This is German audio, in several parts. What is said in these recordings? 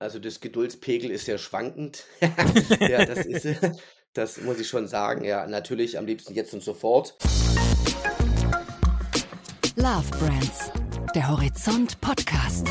Also, das Geduldspegel ist sehr schwankend. Ja, das muss ich schon sagen. Ja, natürlich am liebsten jetzt und sofort. Love Brands, der Horizont Podcast.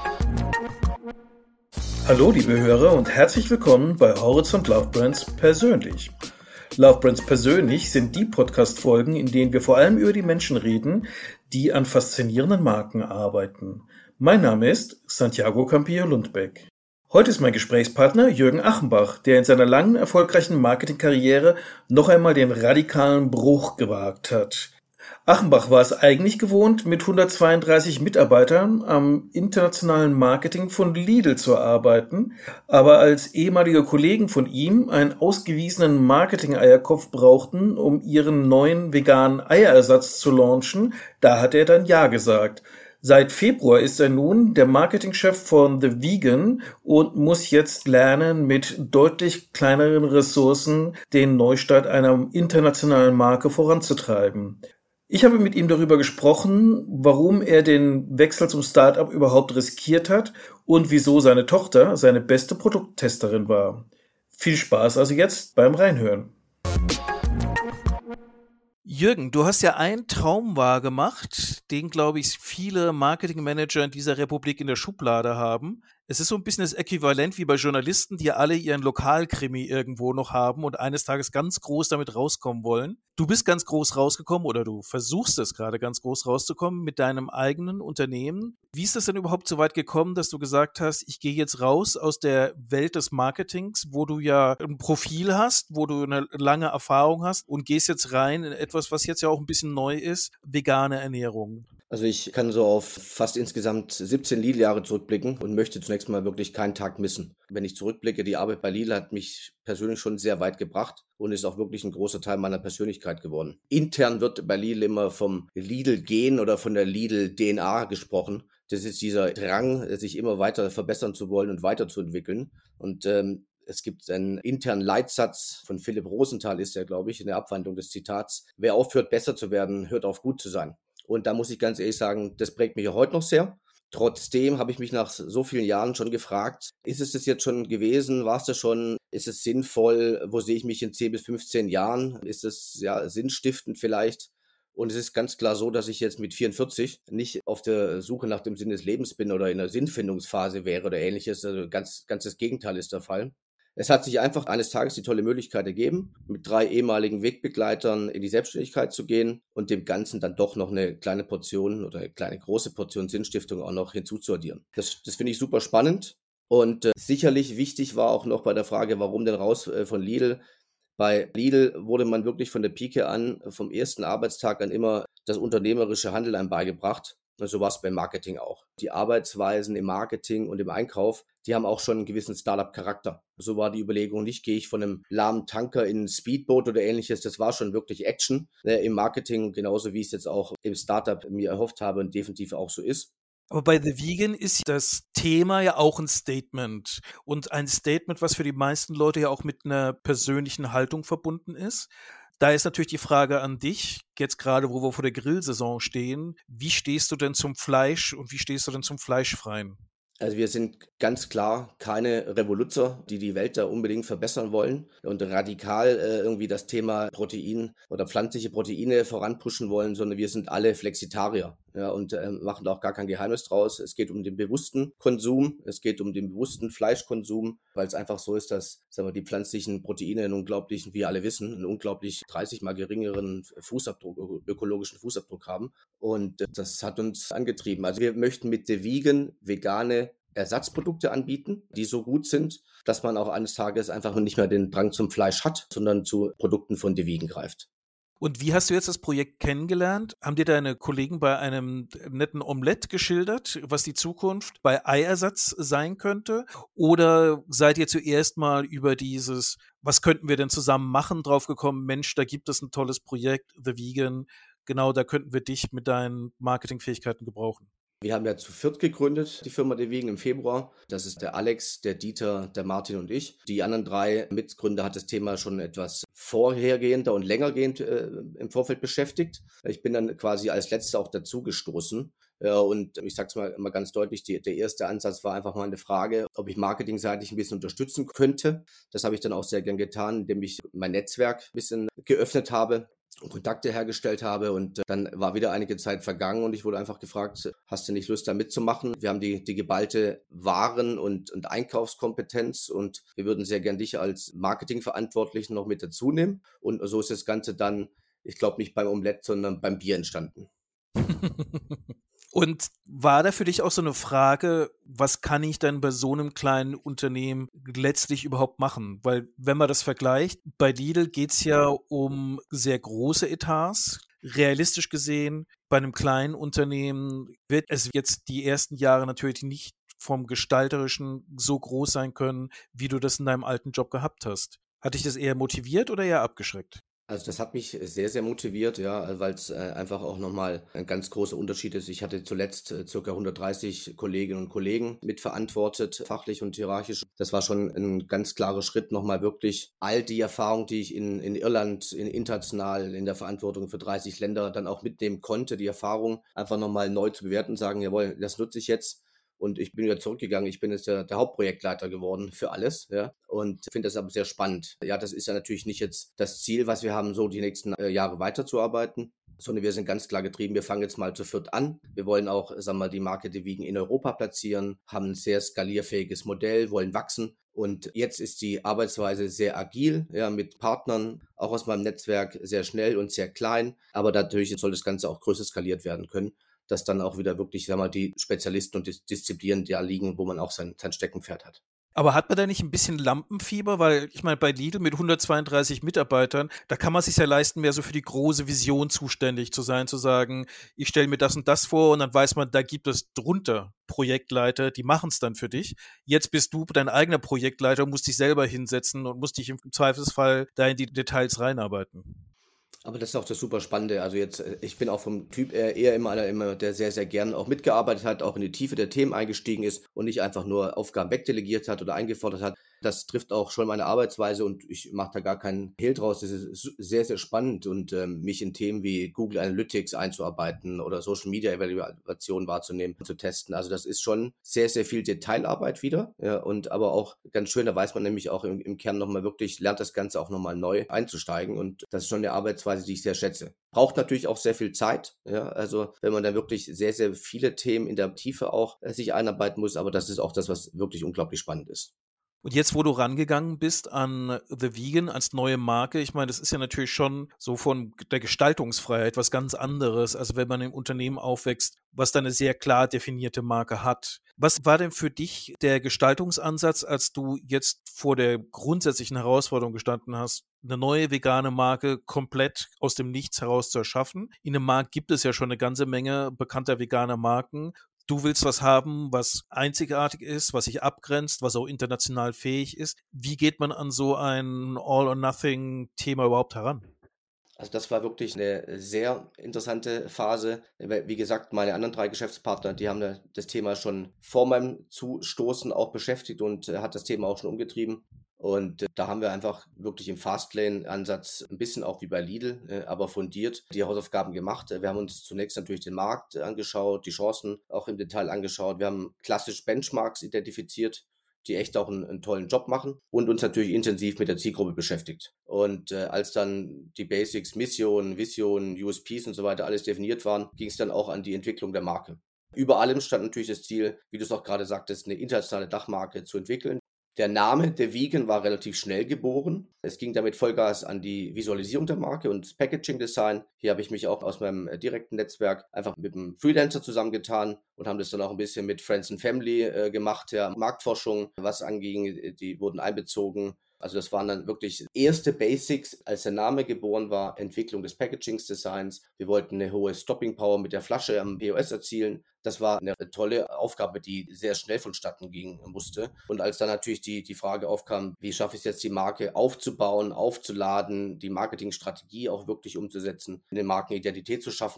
Hallo liebe Hörer und herzlich willkommen bei Horizont Love Brands persönlich. Love Brands persönlich sind die Podcast-Folgen, in denen wir vor allem über die Menschen reden, die an faszinierenden Marken arbeiten. Mein Name ist Santiago Campillo-Lundbeck. Heute ist mein Gesprächspartner Jürgen Achenbach, der in seiner langen, erfolgreichen Marketingkarriere noch einmal den radikalen Bruch gewagt hat. Achenbach war es eigentlich gewohnt, mit 132 Mitarbeitern am internationalen Marketing von Lidl zu arbeiten, aber als ehemalige Kollegen von ihm einen ausgewiesenen Marketing-Eierkopf brauchten, um ihren neuen veganen Eierersatz zu launchen, da hat er dann Ja gesagt. Seit Februar ist er nun der Marketingchef von The Vegan und muss jetzt lernen, mit deutlich kleineren Ressourcen den Neustart einer internationalen Marke voranzutreiben. Ich habe mit ihm darüber gesprochen, warum er den Wechsel zum Startup überhaupt riskiert hat und wieso seine Tochter seine beste Produkttesterin war. Viel Spaß also jetzt beim Reinhören. Jürgen, du hast ja einen Traum wahrgemacht, den, glaube ich, viele Marketingmanager in dieser Republik in der Schublade haben. Es ist so ein bisschen das Äquivalent wie bei Journalisten, die alle ihren Lokalkrimi irgendwo noch haben und eines Tages ganz groß damit rauskommen wollen. Du bist ganz groß rausgekommen oder du versuchst es gerade ganz groß rauszukommen mit deinem eigenen Unternehmen. Wie ist es denn überhaupt so weit gekommen, dass du gesagt hast, ich gehe jetzt raus aus der Welt des Marketings, wo du ja ein Profil hast, wo du eine lange Erfahrung hast und gehst jetzt rein in etwas, was jetzt ja auch ein bisschen neu ist, vegane Ernährung? Also, ich kann so auf fast insgesamt 17 Lidl-Jahre zurückblicken und möchte zunächst mal wirklich keinen Tag missen. Wenn ich zurückblicke, die Arbeit bei Lidl hat mich persönlich schon sehr weit gebracht und ist auch wirklich ein großer Teil meiner Persönlichkeit geworden. Intern wird bei Lidl immer vom Lidl-Gen oder von der Lidl-DNA gesprochen. Das ist dieser Drang, sich immer weiter verbessern zu wollen und weiterzuentwickeln. Und es gibt einen internen Leitsatz von Philipp Rosenthal, ist der, glaube ich, in der Abwandlung des Zitats: Wer aufhört, besser zu werden, hört auf, gut zu sein. Und da muss ich ganz ehrlich sagen, das prägt mich ja heute noch sehr. Trotzdem habe ich mich nach so vielen Jahren schon gefragt, ist es das jetzt schon gewesen? War es das schon? Ist es sinnvoll? Wo sehe ich mich in 10 bis 15 Jahren? Ist es ja sinnstiftend vielleicht? Und es ist ganz klar so, dass ich jetzt mit 44 nicht auf der Suche nach dem Sinn des Lebens bin oder in einer Sinnfindungsphase wäre oder ähnliches. Also ganz das Gegenteil ist der Fall. Es hat sich einfach eines Tages die tolle Möglichkeit ergeben, mit 3 ehemaligen Wegbegleitern in die Selbstständigkeit zu gehen und dem Ganzen dann doch noch eine kleine Portion oder eine kleine große Portion Sinnstiftung auch noch hinzuzuaddieren. Das finde ich super spannend und sicherlich wichtig war auch noch bei der Frage, warum denn raus von Lidl? Bei Lidl wurde man wirklich von der Pike an, vom ersten Arbeitstag an immer das unternehmerische Handeln einem beigebracht. Und so war es beim Marketing auch. Die Arbeitsweisen im Marketing und im Einkauf, die haben auch schon einen gewissen Startup-Charakter. So war die Überlegung nicht, gehe ich von einem lahmen Tanker in ein Speedboot oder ähnliches. Das war schon wirklich Action im Marketing, genauso wie ich es jetzt auch im Startup mir erhofft habe und definitiv auch so ist. Aber bei The Vegan ist das Thema ja auch ein Statement. Und ein Statement, was für die meisten Leute ja auch mit einer persönlichen Haltung verbunden ist. Da ist natürlich die Frage an dich, jetzt gerade, wo wir vor der Grillsaison stehen, wie stehst du denn zum Fleisch und wie stehst du denn zum Fleischfreien? Also wir sind ganz klar keine Revoluzer, die die Welt da unbedingt verbessern wollen und radikal irgendwie das Thema Protein oder pflanzliche Proteine voranpushen wollen, sondern wir sind alle Flexitarier, ja, und machen da auch gar kein Geheimnis draus. Es geht um den bewussten Konsum, es geht um den bewussten Fleischkonsum, weil es einfach so ist, dass, sagen wir, die pflanzlichen Proteine einen unglaublichen, wie wir alle wissen, einen unglaublich 30 mal geringeren Fußabdruck, ökologischen Fußabdruck haben. Und das hat uns angetrieben. Also wir möchten mit The Vegan vegane Ersatzprodukte anbieten, die so gut sind, dass man auch eines Tages einfach nicht mehr den Drang zum Fleisch hat, sondern zu Produkten von The Vegan greift. Und wie hast du jetzt das Projekt kennengelernt? Haben dir deine Kollegen bei einem netten Omelett geschildert, was die Zukunft bei Eiersatz sein könnte? Oder seid ihr zuerst mal über dieses, was könnten wir denn zusammen machen, draufgekommen, Mensch, da gibt es ein tolles Projekt, The Vegan, genau, da könnten wir dich mit deinen Marketingfähigkeiten gebrauchen? Wir haben ja zu viert gegründet, die Firma The Vegan im Februar. Das ist der Alex, der Dieter, der Martin und ich. Die anderen 3 Mitgründer hat das Thema schon etwas vorhergehender und längergehend im Vorfeld beschäftigt. Ich bin dann quasi als Letzter auch dazu gestoßen. Ja, und ich sage es mal ganz deutlich, der erste Ansatz war einfach mal eine Frage, ob ich marketingseitig ein bisschen unterstützen könnte. Das habe ich dann auch sehr gern getan, indem ich mein Netzwerk ein bisschen geöffnet habe und Kontakte hergestellt habe. Und dann war wieder einige Zeit vergangen und ich wurde einfach gefragt, hast du nicht Lust, da mitzumachen? Wir haben die geballte Waren- und Einkaufskompetenz und wir würden sehr gern dich als Marketingverantwortlichen noch mit dazu nehmen. Und so ist das Ganze dann, ich glaube, nicht beim Omelett, sondern beim Bier entstanden. Und war da für dich auch so eine Frage, was kann ich denn bei so einem kleinen Unternehmen letztlich überhaupt machen? Weil wenn man das vergleicht, bei Lidl geht's ja um sehr große Etats. Realistisch gesehen, bei einem kleinen Unternehmen wird es jetzt die ersten Jahre natürlich nicht vom Gestalterischen so groß sein können, wie du das in deinem alten Job gehabt hast. Hat dich das eher motiviert oder eher abgeschreckt? Also das hat mich sehr, sehr motiviert, ja, weil es einfach auch nochmal ein ganz großer Unterschied ist. Ich hatte zuletzt circa 130 Kolleginnen und Kollegen mitverantwortet, fachlich und hierarchisch. Das war schon ein ganz klarer Schritt, nochmal wirklich all die Erfahrung, die ich in Irland, international in der Verantwortung für 30 Länder dann auch mitnehmen konnte, die Erfahrung einfach nochmal neu zu bewerten und sagen, jawohl, das nutze ich jetzt. Und ich bin wieder zurückgegangen. Ich bin jetzt der Hauptprojektleiter geworden für alles, ja. Und finde das aber sehr spannend. Ja, das ist ja natürlich nicht jetzt das Ziel, was wir haben, so die nächsten Jahre weiterzuarbeiten, sondern wir sind ganz klar getrieben. Wir fangen jetzt mal zu viert an. Wir wollen auch, sagen wir mal, die Marke DeVegan in Europa platzieren, haben ein sehr skalierfähiges Modell, wollen wachsen. Und jetzt ist die Arbeitsweise sehr agil, ja, mit Partnern, auch aus meinem Netzwerk, sehr schnell und sehr klein. Aber natürlich soll das Ganze auch größer skaliert werden können, dass dann auch wieder wirklich, sagen wir mal, die Spezialisten und Disziplinen da liegen, wo man auch sein Steckenpferd hat. Aber hat man da nicht ein bisschen Lampenfieber? Weil ich meine, bei Lidl mit 132 Mitarbeitern, da kann man sich ja leisten, mehr so für die große Vision zuständig zu sein, zu sagen, ich stelle mir das und das vor und dann weiß man, da gibt es drunter Projektleiter, die machen es dann für dich. Jetzt bist du dein eigener Projektleiter, musst dich selber hinsetzen und musst dich im Zweifelsfall da in die Details reinarbeiten. Aber das ist auch das super Spannende. Also jetzt, ich bin auch vom Typ eher immer einer, der sehr, sehr gern auch mitgearbeitet hat, auch in die Tiefe der Themen eingestiegen ist und nicht einfach nur Aufgaben wegdelegiert hat oder eingefordert hat. Das trifft auch schon meine Arbeitsweise und ich mache da gar keinen Hehl draus. Das ist sehr, sehr spannend und mich in Themen wie Google Analytics einzuarbeiten oder Social Media Evaluation wahrzunehmen, zu testen. Also das ist schon sehr, sehr viel Detailarbeit wieder, ja, und aber auch ganz schön, da weiß man nämlich auch im Kern nochmal wirklich, lernt das Ganze auch nochmal neu einzusteigen und das ist schon eine Arbeitsweise, die ich sehr schätze. Braucht natürlich auch sehr viel Zeit, ja, also wenn man dann wirklich sehr, sehr viele Themen in der Tiefe auch sich einarbeiten muss, aber das ist auch das, was wirklich unglaublich spannend ist. Und jetzt, wo du rangegangen bist an The Vegan als neue Marke, ich meine, das ist ja natürlich schon so von der Gestaltungsfreiheit was ganz anderes, als wenn man im Unternehmen aufwächst, was dann eine sehr klar definierte Marke hat. Was war denn für dich der Gestaltungsansatz, als du jetzt vor der grundsätzlichen Herausforderung gestanden hast, eine neue vegane Marke komplett aus dem Nichts heraus zu erschaffen? In dem Markt gibt es ja schon eine ganze Menge bekannter veganer Marken. Du willst was haben, was einzigartig ist, was sich abgrenzt, was auch international fähig ist. Wie geht man an so ein All-or-Nothing-Thema überhaupt heran? Also das war wirklich eine sehr interessante Phase. Wie gesagt, meine anderen 3 Geschäftspartner, die haben das Thema schon vor meinem Zustoßen auch beschäftigt und hat das Thema auch schon umgetrieben. Und da haben wir einfach wirklich im Fastlane-Ansatz ein bisschen auch wie bei Lidl, aber fundiert die Hausaufgaben gemacht. Wir haben uns zunächst natürlich den Markt angeschaut, die Chancen auch im Detail angeschaut. Wir haben klassisch Benchmarks identifiziert, die echt auch einen tollen Job machen und uns natürlich intensiv mit der Zielgruppe beschäftigt. Und als dann die Basics, Mission, Vision, USPs und so weiter alles definiert waren, ging es dann auch an die Entwicklung der Marke. Über allem stand natürlich das Ziel, wie du es auch gerade sagtest, eine internationale Dachmarke zu entwickeln. Der Name DeVegan war relativ schnell geboren. Es ging damit Vollgas an die Visualisierung der Marke und das Packaging-Design. Hier habe ich mich auch aus meinem direkten Netzwerk einfach mit einem Freelancer zusammengetan und haben das dann auch ein bisschen mit Friends and Family gemacht. Ja, Marktforschung, was anging, die wurden einbezogen. Also das waren dann wirklich erste Basics, als der Name geboren war, Entwicklung des Packaging-Designs. Wir wollten eine hohe Stopping-Power mit der Flasche am POS erzielen. Das war eine tolle Aufgabe, die sehr schnell vonstatten gehen musste. Und als dann natürlich die Frage aufkam, wie schaffe ich es jetzt, die Marke aufzubauen, aufzuladen, die Marketingstrategie auch wirklich umzusetzen, eine Markenidentität zu schaffen,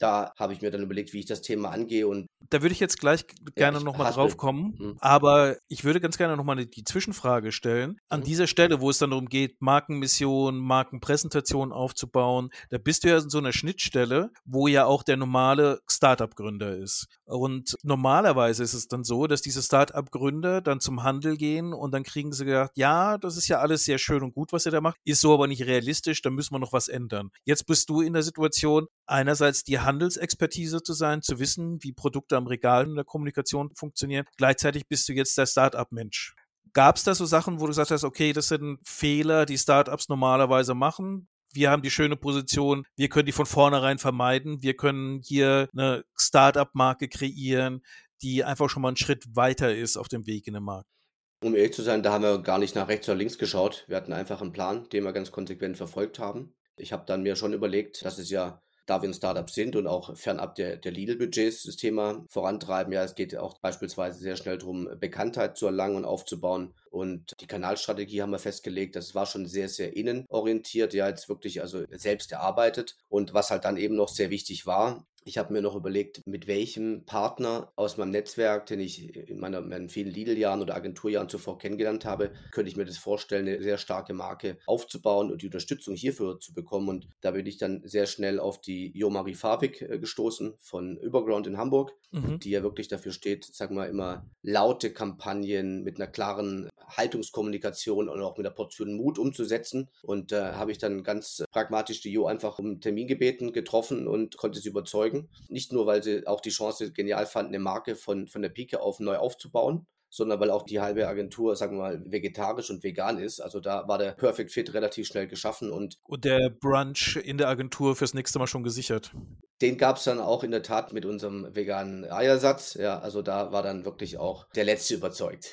da habe ich mir dann überlegt, wie ich das Thema angehe. Und da würde ich jetzt gleich gerne nochmal drauf kommen, aber ich würde ganz gerne nochmal die Zwischenfrage stellen. An dieser Stelle, wo es dann darum geht, Markenmission, Markenpräsentation aufzubauen, da bist du ja in so einer Schnittstelle, wo ja auch der normale Startup-Gründer ist. Und normalerweise ist es dann so, dass diese Startup-Gründer dann zum Handel gehen und dann kriegen sie gesagt, ja, das ist ja alles sehr schön und gut, was ihr da macht, ist so aber nicht realistisch, da müssen wir noch was ändern. Jetzt bist du in der Situation, einerseits die Handelsexpertise zu sein, zu wissen, wie Produkte am Regal in der Kommunikation funktionieren. Gleichzeitig bist du jetzt der Start-up-Mensch. Gab es da so Sachen, wo du gesagt hast, okay, das sind Fehler, die Startups normalerweise machen? Wir haben die schöne Position, wir können die von vornherein vermeiden. Wir können hier eine Start-up-Marke kreieren, die einfach schon mal einen Schritt weiter ist auf dem Weg in den Markt. Um ehrlich zu sein, da haben wir gar nicht nach rechts oder links geschaut. Wir hatten einfach einen Plan, den wir ganz konsequent verfolgt haben. Ich habe dann mir schon überlegt, dass es ja, da wir ein Startup sind und auch fernab der Lidl-Budgets das Thema vorantreiben, ja, es geht auch beispielsweise sehr schnell darum, Bekanntheit zu erlangen und aufzubauen. Und die Kanalstrategie haben wir festgelegt, das war schon sehr, sehr innenorientiert, ja, jetzt wirklich also selbst erarbeitet. Und was halt dann eben noch sehr wichtig war, ich habe mir noch überlegt, mit welchem Partner aus meinem Netzwerk, den ich in meinen vielen Lidl-Jahren oder Agenturjahren zuvor kennengelernt habe, könnte ich mir das vorstellen, eine sehr starke Marke aufzubauen und die Unterstützung hierfür zu bekommen. Und da bin ich dann sehr schnell auf die Jo-Marie Fabik gestoßen von Überground in Hamburg, die ja wirklich dafür steht, sagen wir immer, laute Kampagnen mit einer klaren Haltungskommunikation und auch mit einer Portion Mut umzusetzen. Und da habe ich dann ganz pragmatisch die Jo einfach um einen Termin gebeten, getroffen und konnte sie überzeugen. Nicht nur, weil sie auch die Chance genial fanden, eine Marke von der Pike auf neu aufzubauen, sondern weil auch die halbe Agentur, sagen wir mal, vegetarisch und vegan ist. Also da war der Perfect Fit relativ schnell geschaffen. Und der Brunch in der Agentur fürs nächste Mal schon gesichert. Den gab es dann auch in der Tat mit unserem veganen Eiersatz. Ja, also da war dann wirklich auch der Letzte überzeugt.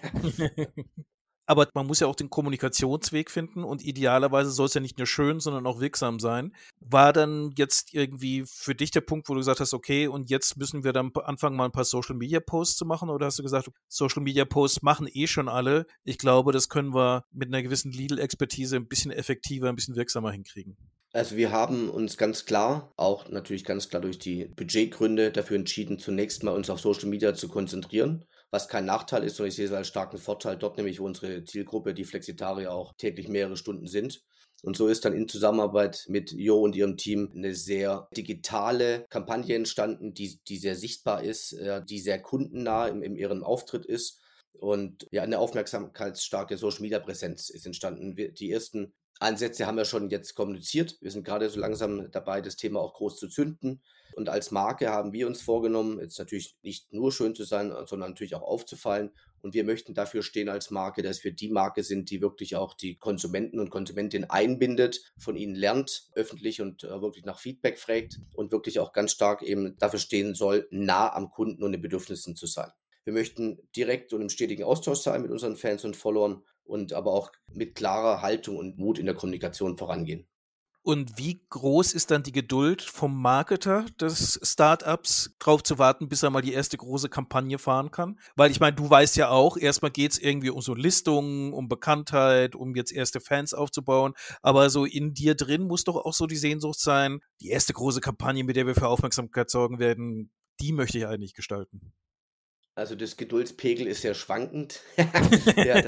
Aber man muss ja auch den Kommunikationsweg finden und idealerweise soll es ja nicht nur schön, sondern auch wirksam sein. War dann jetzt irgendwie für dich der Punkt, wo du gesagt hast, okay, und jetzt müssen wir dann anfangen, mal ein paar Social-Media-Posts zu machen? Oder hast du gesagt, Social-Media-Posts machen eh schon alle. Ich glaube, das können wir mit einer gewissen Lidl-Expertise ein bisschen effektiver, ein bisschen wirksamer hinkriegen. Also wir haben uns ganz klar, auch natürlich ganz klar durch die Budgetgründe dafür entschieden, zunächst mal uns auf Social Media zu konzentrieren, was kein Nachteil ist, sondern ich sehe es als starken Vorteil dort, nämlich wo unsere Zielgruppe, die Flexitarier, auch täglich mehrere Stunden sind. Und so ist dann in Zusammenarbeit mit Jo und ihrem Team eine sehr digitale Kampagne entstanden, die sehr sichtbar ist, die sehr kundennah in ihrem Auftritt ist. Und ja, eine aufmerksamkeitsstarke Social-Media-Präsenz ist entstanden. Die ersten Ansätze haben wir schon jetzt kommuniziert. Wir sind gerade so langsam dabei, das Thema auch groß zu zünden. Und als Marke haben wir uns vorgenommen, jetzt natürlich nicht nur schön zu sein, sondern natürlich auch aufzufallen. Und wir möchten dafür stehen als Marke, dass wir die Marke sind, die wirklich auch die Konsumenten und Konsumentinnen einbindet, von ihnen lernt, öffentlich und wirklich nach Feedback fragt und wirklich auch ganz stark eben dafür stehen soll, nah am Kunden und den Bedürfnissen zu sein. Wir möchten direkt und im stetigen Austausch sein mit unseren Fans und Followern und aber auch mit klarer Haltung und Mut in der Kommunikation vorangehen. Und wie groß ist dann die Geduld vom Marketer des Startups, drauf zu warten, bis er mal die erste große Kampagne fahren kann? Weil ich meine, du weißt ja auch, erstmal geht es irgendwie um so Listungen, um Bekanntheit, um jetzt erste Fans aufzubauen. Aber so in dir drin muss doch auch so die Sehnsucht sein, die erste große Kampagne, mit der wir für Aufmerksamkeit sorgen werden, die möchte ich eigentlich gestalten. Also das Geduldspegel ist sehr schwankend. Ja,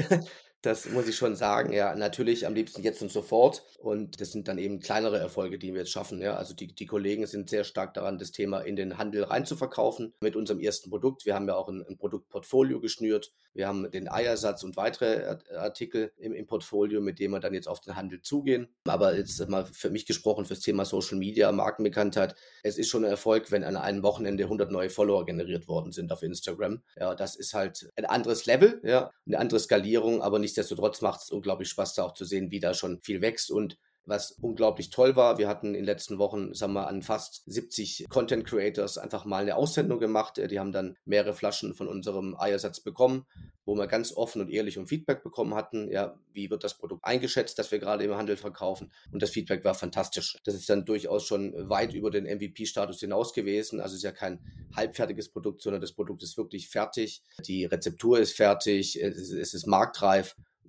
das muss ich schon sagen. Ja, natürlich am liebsten jetzt und sofort. Und das sind dann eben kleinere Erfolge, die wir jetzt schaffen. Ja, also die Kollegen sind sehr stark daran, das Thema in den Handel reinzuverkaufen mit unserem ersten Produkt. Wir haben ja auch ein Produktportfolio geschnürt. Wir haben den Eiersatz und weitere Artikel im Portfolio, mit denen wir dann jetzt auf den Handel zugehen. Aber jetzt mal für mich gesprochen, fürs Thema Social Media, Markenbekanntheit. Es ist schon ein Erfolg, wenn an einem Wochenende 100 neue Follower generiert worden sind auf Instagram. Ja, das ist halt ein anderes Level, ja, eine andere Skalierung, aber nichtsdestotrotz macht es unglaublich Spaß, da auch zu sehen, wie da schon viel wächst. Und was unglaublich toll war, wir hatten in den letzten Wochen, sagen wir, an fast 70 Content Creators einfach mal eine Aussendung gemacht. Die haben dann mehrere Flaschen von unserem Eiersatz bekommen, wo wir ganz offen und ehrlich um Feedback bekommen hatten. Ja, wie wird das Produkt eingeschätzt, das wir gerade im Handel verkaufen? Und das Feedback war fantastisch. Das ist dann durchaus schon weit über den MVP-Status hinaus gewesen. Also es ist ja kein halbfertiges Produkt, sondern das Produkt ist wirklich fertig. Die Rezeptur ist fertig, es ist marktreif.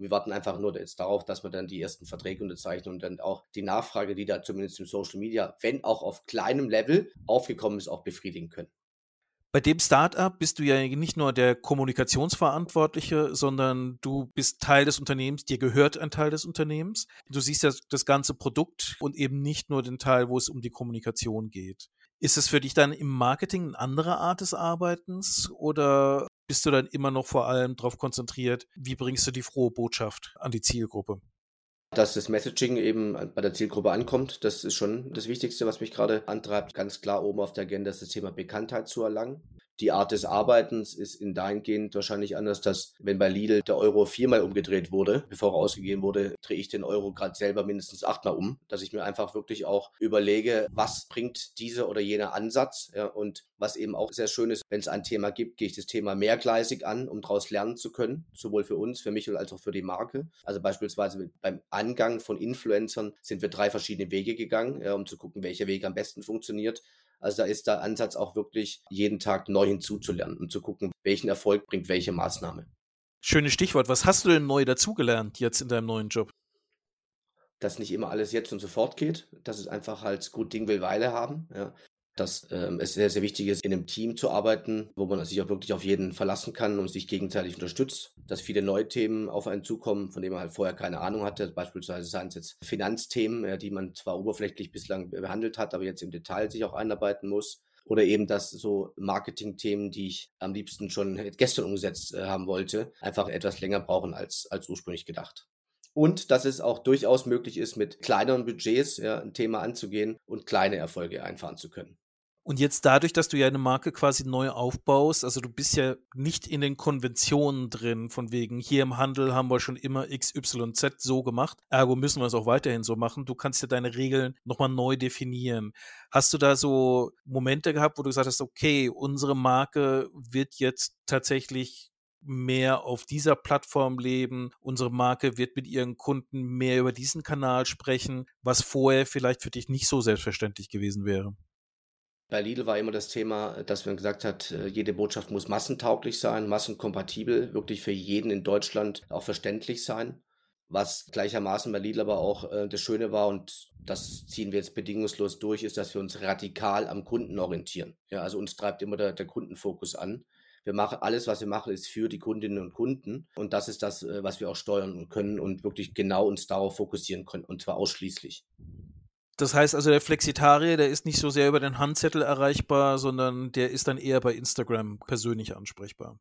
Wir warten einfach nur jetzt darauf, dass wir dann die ersten Verträge unterzeichnen und dann auch die Nachfrage, die da zumindest im Social Media, wenn auch auf kleinem Level aufgekommen ist, auch befriedigen können. Bei dem Startup bist du ja nicht nur der Kommunikationsverantwortliche, sondern du bist Teil des Unternehmens, dir gehört ein Teil des Unternehmens. Du siehst ja das ganze Produkt und eben nicht nur den Teil, wo es um die Kommunikation geht. Ist es für dich dann im Marketing eine andere Art des Arbeitens oder bist du dann immer noch vor allem darauf konzentriert, wie bringst du die frohe Botschaft an die Zielgruppe? Dass das Messaging eben bei der Zielgruppe ankommt, das ist schon das Wichtigste, was mich gerade antreibt. Ganz klar oben auf der Agenda ist das Thema Bekanntheit zu erlangen. Die Art des Arbeitens ist in dahingehend wahrscheinlich anders, dass wenn bei Lidl der Euro 4-mal umgedreht wurde, bevor er ausgegeben wurde, drehe ich den Euro gerade selber mindestens 8-mal um, dass ich mir einfach wirklich auch überlege, was bringt dieser oder jener Ansatz, ja, und was eben auch sehr schön ist, wenn es ein Thema gibt, gehe ich das Thema mehrgleisig an, um daraus lernen zu können, sowohl für uns, für mich als auch für die Marke. Also beispielsweise beim Angang von Influencern sind wir 3 verschiedene Wege gegangen, ja, um zu gucken, welcher Weg am besten funktioniert. Also da ist der Ansatz auch wirklich, jeden Tag neu hinzuzulernen und zu gucken, welchen Erfolg bringt welche Maßnahme. Schönes Stichwort. Was hast du denn neu dazugelernt jetzt in deinem neuen Job? Dass nicht immer alles jetzt und sofort geht, dass es einfach halt gut Ding will Weile haben, ja. Dass es sehr, sehr wichtig ist, in einem Team zu arbeiten, wo man sich auch wirklich auf jeden verlassen kann und sich gegenseitig unterstützt. Dass viele neue Themen auf einen zukommen, von denen man halt vorher keine Ahnung hatte. Beispielsweise seien es jetzt Finanzthemen, ja, die man zwar oberflächlich bislang behandelt hat, aber jetzt im Detail sich auch einarbeiten muss. Oder eben, dass so Marketingthemen, die ich am liebsten schon gestern umgesetzt haben wollte, einfach etwas länger brauchen als ursprünglich gedacht. Und dass es auch durchaus möglich ist, mit kleineren Budgets, ja, ein Thema anzugehen und kleine Erfolge einfahren zu können. Und jetzt dadurch, dass du ja eine Marke quasi neu aufbaust, also du bist ja nicht in den Konventionen drin, von wegen, hier im Handel haben wir schon immer XYZ so gemacht, ergo müssen wir es auch weiterhin so machen. Du kannst ja deine Regeln nochmal neu definieren. Hast du da so Momente gehabt, wo du gesagt hast, okay, unsere Marke wird jetzt tatsächlich mehr auf dieser Plattform leben, unsere Marke wird mit ihren Kunden mehr über diesen Kanal sprechen, was vorher vielleicht für dich nicht so selbstverständlich gewesen wäre? Bei Lidl war immer das Thema, dass man gesagt hat, jede Botschaft muss massentauglich sein, massenkompatibel, wirklich für jeden in Deutschland auch verständlich sein. Was gleichermaßen bei Lidl aber auch das Schöne war, und das ziehen wir jetzt bedingungslos durch, ist, dass wir uns radikal am Kunden orientieren. Ja, also uns treibt immer der Kundenfokus an. Wir machen alles, was wir machen, ist für die Kundinnen und Kunden. Und das ist das, was wir auch steuern können und wirklich genau uns darauf fokussieren können, und zwar ausschließlich. Das heißt also, der Flexitarier, der ist nicht so sehr über den Handzettel erreichbar, sondern der ist dann eher bei Instagram persönlich ansprechbar.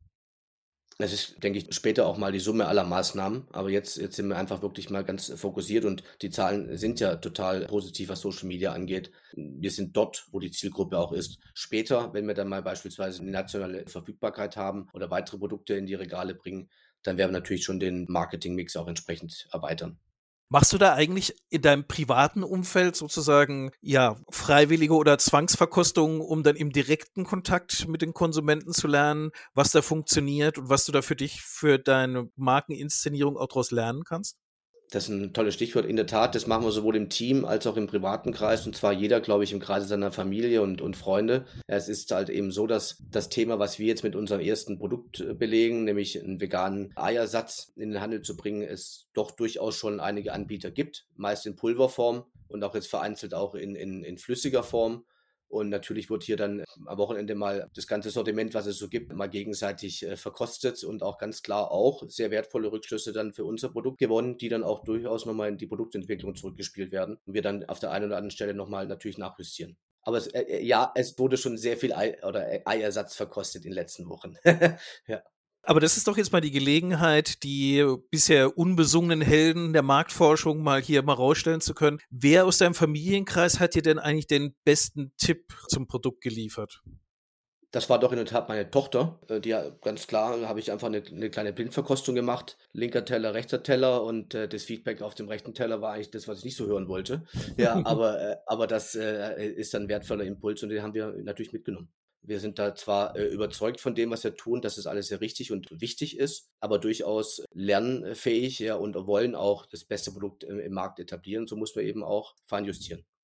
Das ist, denke ich, später auch mal die Summe aller Maßnahmen. Aber jetzt sind wir einfach wirklich mal ganz fokussiert, und die Zahlen sind ja total positiv, was Social Media angeht. Wir sind dort, wo die Zielgruppe auch ist. Später, wenn wir dann mal beispielsweise eine nationale Verfügbarkeit haben oder weitere Produkte in die Regale bringen, dann werden wir natürlich schon den Marketingmix auch entsprechend erweitern. Machst du da eigentlich in deinem privaten Umfeld sozusagen, ja, freiwillige oder Zwangsverkostungen, um dann im direkten Kontakt mit den Konsumenten zu lernen, was da funktioniert und was du da für dich, für deine Markeninszenierung auch daraus lernen kannst? Das ist ein tolles Stichwort. In der Tat, das machen wir sowohl im Team als auch im privaten Kreis, und zwar jeder, glaube ich, im Kreise seiner Familie und Freunde. Ja, es ist halt eben so, dass das Thema, was wir jetzt mit unserem ersten Produkt belegen, nämlich einen veganen Eiersatz in den Handel zu bringen, es doch durchaus schon einige Anbieter gibt, meist in Pulverform und auch jetzt vereinzelt auch in flüssiger Form. Und natürlich wird hier dann am Wochenende mal das ganze Sortiment, was es so gibt, mal gegenseitig verkostet und auch ganz klar auch sehr wertvolle Rückschlüsse dann für unser Produkt gewonnen, die dann auch durchaus nochmal in die Produktentwicklung zurückgespielt werden und wir dann auf der einen oder anderen Stelle nochmal natürlich nachjustieren. Aber es wurde schon sehr viel Eiersatz verkostet in den letzten Wochen. Ja. Aber das ist doch jetzt mal die Gelegenheit, die bisher unbesungenen Helden der Marktforschung mal hier mal rausstellen zu können. Wer aus deinem Familienkreis hat dir denn eigentlich den besten Tipp zum Produkt geliefert? Das war doch in der Tat meine Tochter. Ganz klar, habe ich einfach eine kleine Blindverkostung gemacht. Linker Teller, rechter Teller, und das Feedback auf dem rechten Teller war eigentlich das, was ich nicht so hören wollte. Ja, aber das ist dann ein wertvoller Impuls, und den haben wir natürlich mitgenommen. Wir sind da zwar überzeugt von dem, was wir tun, dass es alles sehr richtig und wichtig ist, aber durchaus lernfähig, ja, und wollen auch das beste Produkt im Markt etablieren. So muss man eben auch feinjustieren.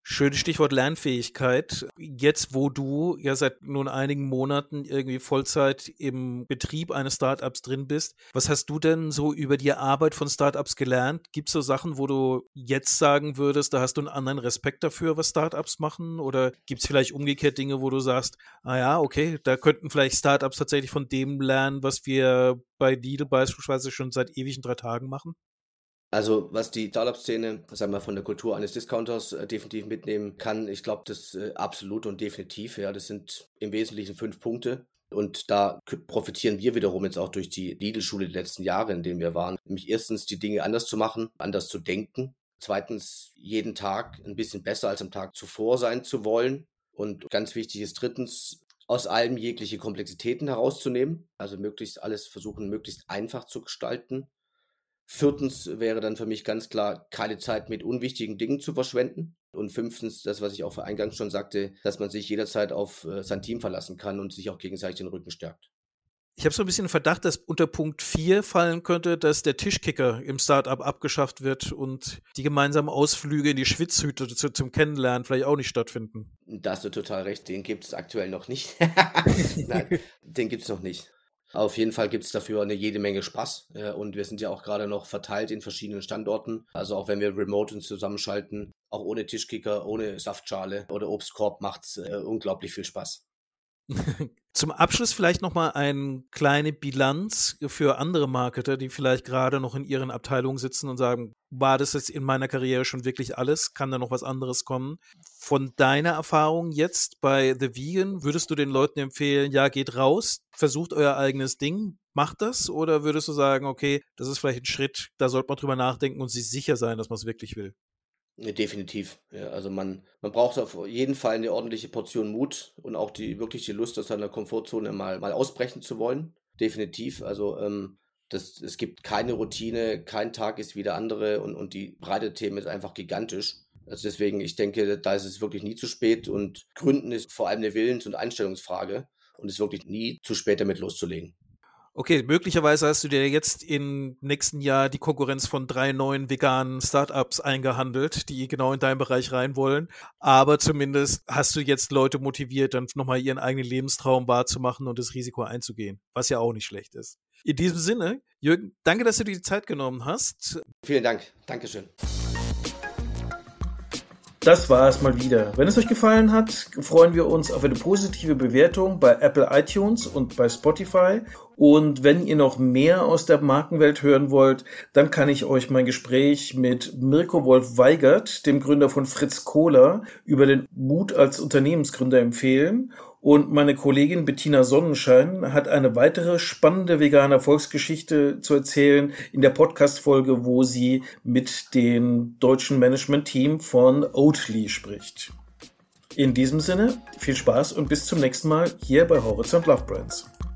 Schönes Stichwort Lernfähigkeit. Jetzt, wo du ja seit nun einigen Monaten irgendwie Vollzeit im Betrieb eines Startups drin bist, was hast du denn so über die Arbeit von Startups gelernt? Gibt es so Sachen, wo du jetzt sagen würdest, da hast du einen anderen Respekt dafür, was Startups machen? Oder gibt es vielleicht umgekehrt Dinge, wo du sagst, ah ja, okay, da könnten vielleicht Startups tatsächlich von dem lernen, was wir bei Lidl beispielsweise schon seit ewigen 3 Tagen machen? Also, was die Startup-Szene, sagen wir, von der Kultur eines Discounters definitiv mitnehmen kann, ich glaube, das absolut und definitiv. Ja, das sind im Wesentlichen 5 Punkte. Und da profitieren wir wiederum jetzt auch durch die Lidl-Schule die letzten Jahre, in denen wir waren. Nämlich erstens, die Dinge anders zu machen, anders zu denken. Zweitens, jeden Tag ein bisschen besser als am Tag zuvor sein zu wollen. Und ganz wichtig ist drittens, aus allem jegliche Komplexitäten herauszunehmen. Also möglichst alles versuchen, möglichst einfach zu gestalten. Viertens wäre dann für mich ganz klar, keine Zeit mit unwichtigen Dingen zu verschwenden. Und fünftens, das, was ich auch eingangs schon sagte, dass man sich jederzeit auf sein Team verlassen kann und sich auch gegenseitig den Rücken stärkt. Ich habe so ein bisschen den Verdacht, dass unter Punkt 4 fallen könnte, dass der Tischkicker im Startup abgeschafft wird und die gemeinsamen Ausflüge in die Schwitzhütte zum Kennenlernen vielleicht auch nicht stattfinden. Da hast du total recht, den gibt es aktuell noch nicht. Nein, den gibt es noch nicht. Auf jeden Fall gibt es dafür eine jede Menge Spaß und wir sind ja auch gerade noch verteilt in verschiedenen Standorten. Also auch wenn wir remote uns zusammenschalten, auch ohne Tischkicker, ohne Saftschale oder Obstkorb macht es unglaublich viel Spaß. Zum Abschluss vielleicht nochmal eine kleine Bilanz für andere Marketer, die vielleicht gerade noch in ihren Abteilungen sitzen und sagen, war das jetzt in meiner Karriere schon wirklich alles? Kann da noch was anderes kommen? Von deiner Erfahrung jetzt bei The Vegan, würdest du den Leuten empfehlen, ja, geht raus, versucht euer eigenes Ding, macht das? Oder würdest du sagen, okay, das ist vielleicht ein Schritt, da sollte man drüber nachdenken und sich sicher sein, dass man es wirklich will? Definitiv. Ja, also man braucht auf jeden Fall eine ordentliche Portion Mut und auch wirklich die Lust, aus seiner Komfortzone mal ausbrechen zu wollen. Definitiv. Also es gibt keine Routine, kein Tag ist wie der andere und die Breite der Themen ist einfach gigantisch. Also deswegen, ich denke, da ist es wirklich nie zu spät und Gründen ist vor allem eine Willens- und Einstellungsfrage und es ist wirklich nie zu spät, damit loszulegen. Okay, möglicherweise hast du dir jetzt im nächsten Jahr die Konkurrenz von 3 neuen veganen Startups eingehandelt, die genau in deinen Bereich rein wollen. Aber zumindest hast du jetzt Leute motiviert, dann nochmal ihren eigenen Lebenstraum wahrzumachen und das Risiko einzugehen, was ja auch nicht schlecht ist. In diesem Sinne, Jürgen, danke, dass du dir die Zeit genommen hast. Vielen Dank. Dankeschön. Das war es mal wieder. Wenn es euch gefallen hat, freuen wir uns auf eine positive Bewertung bei Apple iTunes und bei Spotify. Und wenn ihr noch mehr aus der Markenwelt hören wollt, dann kann ich euch mein Gespräch mit Mirko Wolf-Weigert, dem Gründer von Fritz Cola, über den Mut als Unternehmensgründer empfehlen. Und meine Kollegin Bettina Sonnenschein hat eine weitere spannende vegane Erfolgsgeschichte zu erzählen in der Podcast-Folge, wo sie mit dem deutschen Management-Team von Oatly spricht. In diesem Sinne, viel Spaß und bis zum nächsten Mal hier bei Horizont Love Brands.